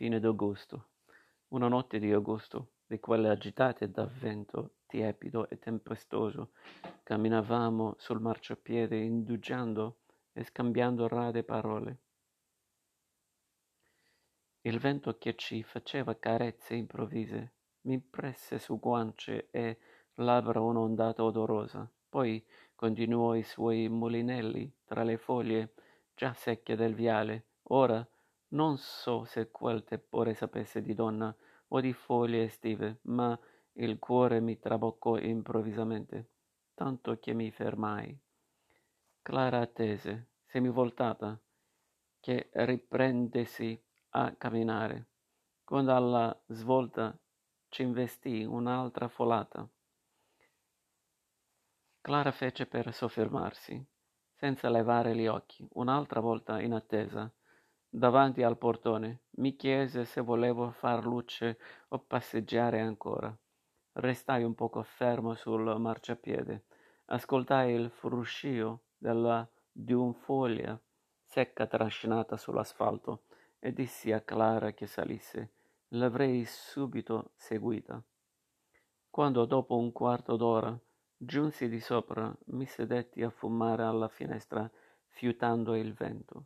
fine d'agosto. Una notte di agosto, di quelle agitate da vento tiepido e tempestoso, camminavamo sul marciapiede indugiando e scambiando rade parole. Il vento che ci faceva carezze improvvise mi presse su guance e labbra un'ondata odorosa, poi continuò i suoi mulinelli tra le foglie già secche del viale. Ora non so se quel tepore sapesse di donna o di foglie estive, ma il cuore mi traboccò improvvisamente, tanto che mi fermai. Clara attese, semivoltata, che riprendessi a camminare, quando alla svolta c'investì un'altra folata. Clara fece per soffermarsi, senza levare gli occhi, un'altra volta in attesa, davanti al portone. Mi chiese se volevo far luce o passeggiare ancora. Restai un poco fermo sul marciapiede, ascoltai il fruscio di un foglia secca trascinata sull'asfalto e dissi a Clara che salisse. L'avrei subito seguita. Quando dopo un quarto d'ora giunsi di sopra, mi sedetti a fumare alla finestra, fiutando il vento.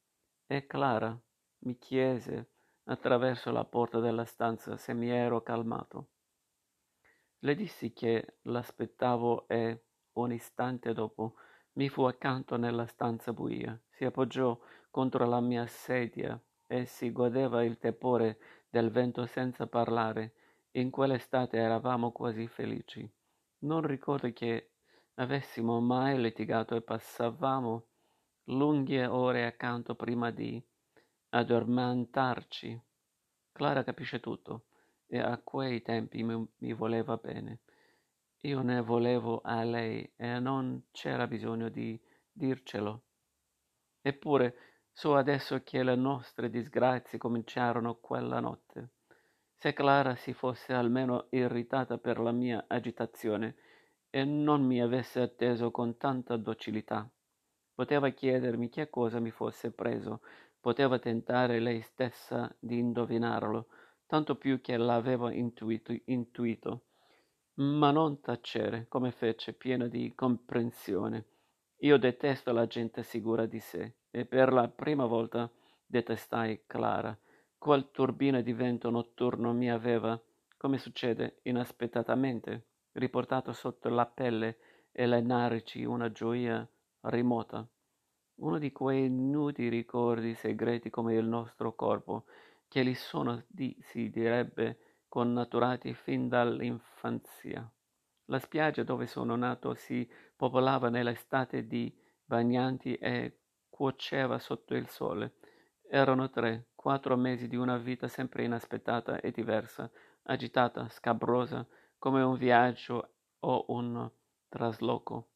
E Clara mi chiese attraverso la porta della stanza se mi ero calmato. Le dissi che l'aspettavo e un istante dopo mi fu accanto nella stanza buia. Si appoggiò contro la mia sedia e si godeva il tepore del vento senza parlare. In quell'estate eravamo quasi felici. Non ricordo che avessimo mai litigato e passavamo lunghe ore accanto prima di addormentarci. Clara capisce tutto e a quei tempi mi voleva bene. Io ne volevo a lei e non c'era bisogno di dircelo. Eppure so adesso che le nostre disgrazie cominciarono quella notte. Se Clara si fosse almeno irritata per la mia agitazione e non mi avesse atteso con tanta docilità, poteva chiedermi che cosa mi fosse preso, poteva tentare lei stessa di indovinarlo, tanto più che l'avevo intuito, ma non tacere, come fece, piena di comprensione. Io detesto la gente sicura di sé e per la prima volta detestai Clara. Quel turbine di vento notturno mi aveva, come succede inaspettatamente, riportato sotto la pelle e le narici una gioia remota, uno di quei nudi ricordi segreti come il nostro corpo, che li sono, si direbbe, connaturati fin dall'infanzia. La spiaggia dove sono nato si popolava nell'estate di bagnanti e cuoceva sotto il sole. Erano 3, 4 mesi di una vita sempre inaspettata e diversa, agitata, scabrosa, come un viaggio o un trasloco.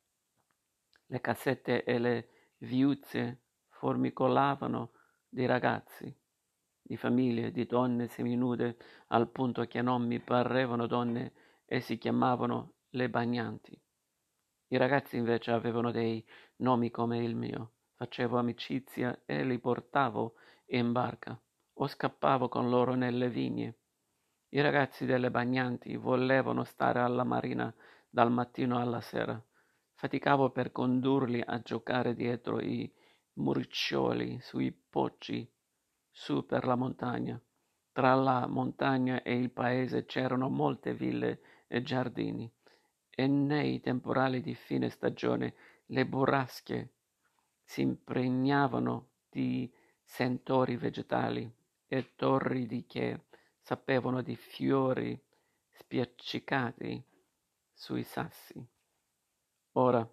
Le cassette e le viuzze formicolavano di ragazzi, di famiglie, di donne seminude, al punto che non mi parevano donne e si chiamavano le bagnanti. I ragazzi invece avevano dei nomi come il mio. Facevo amicizia e li portavo in barca o scappavo con loro nelle vigne. I ragazzi delle bagnanti volevano stare alla marina dal mattino alla sera. Faticavo per condurli a giocare dietro i muriccioli sui poggi su per la montagna. Tra la montagna e il paese c'erano molte ville e giardini, e nei temporali di fine stagione le burrasche si impregnavano di sentori vegetali e torridi che sapevano di fiori spiaccicati sui sassi. Ora,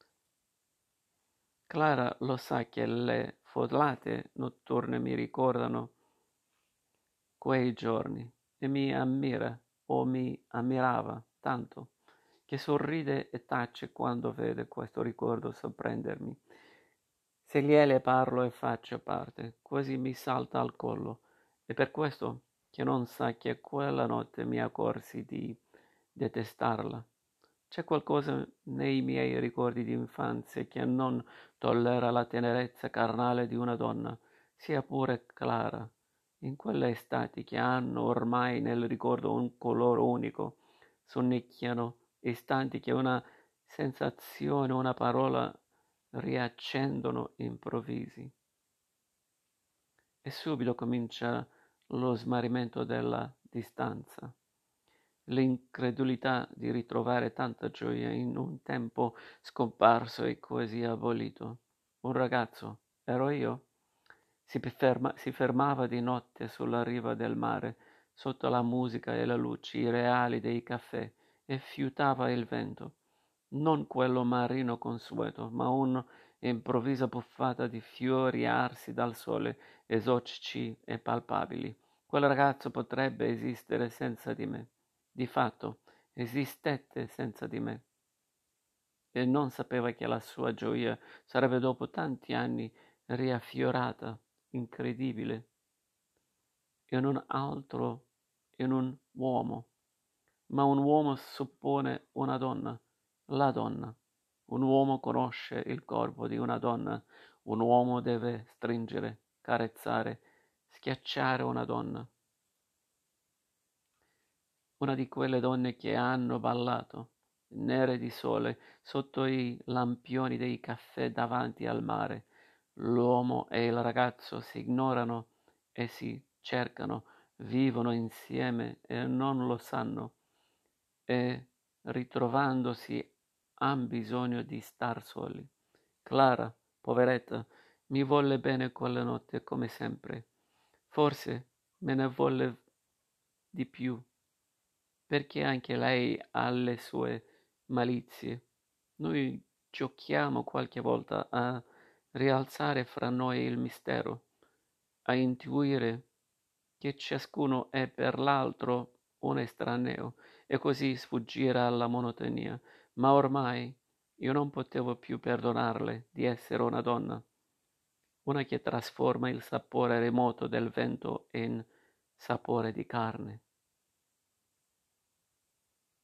Clara lo sa che le folate notturne mi ricordano quei giorni e mi ammira o mi ammirava tanto che sorride e tace quando vede questo ricordo sorprendermi. Se gliele parlo e faccio parte, quasi mi salta al collo, e per questo che non sa che quella notte mi accorsi di detestarla. C'è qualcosa nei miei ricordi di infanzia che non tollera la tenerezza carnale di una donna, sia pure Clara. in quelle estati che hanno ormai nel ricordo un colore unico, sonnecchiano istanti che una sensazione, una parola riaccendono improvvisi. E subito comincia lo smarrimento della distanza, l'incredulità di ritrovare tanta gioia in un tempo scomparso e così abolito. Un ragazzo, ero io? Si fermava di notte sulla riva del mare, sotto la musica e le luci reali dei caffè, e fiutava il vento. Non quello marino consueto, ma un'improvvisa buffata di fiori arsi dal sole, esotici e palpabili. Quel ragazzo potrebbe esistere senza di me. Di fatto, esistette senza di me. E non sapeva che la sua gioia sarebbe dopo tanti anni riaffiorata, incredibile, in un altro, in un uomo. Ma un uomo suppone una donna, la donna. Un uomo conosce il corpo di una donna, un uomo deve stringere, carezzare, schiacciare una donna. Una di quelle donne che hanno ballato, nere di sole, sotto i lampioni dei caffè davanti al mare. L'uomo e il ragazzo si ignorano e si cercano, vivono insieme e non lo sanno, e ritrovandosi han bisogno di star soli. Clara, poveretta, mi volle bene quella notte come sempre. Forse me ne volle di più, perché anche lei ha le sue malizie. Noi giochiamo qualche volta a rialzare fra noi il mistero, a intuire che ciascuno è per l'altro un estraneo e così sfuggire alla monotonia. Ma ormai io non potevo più perdonarle di essere una donna, una che trasforma il sapore remoto del vento in sapore di carne.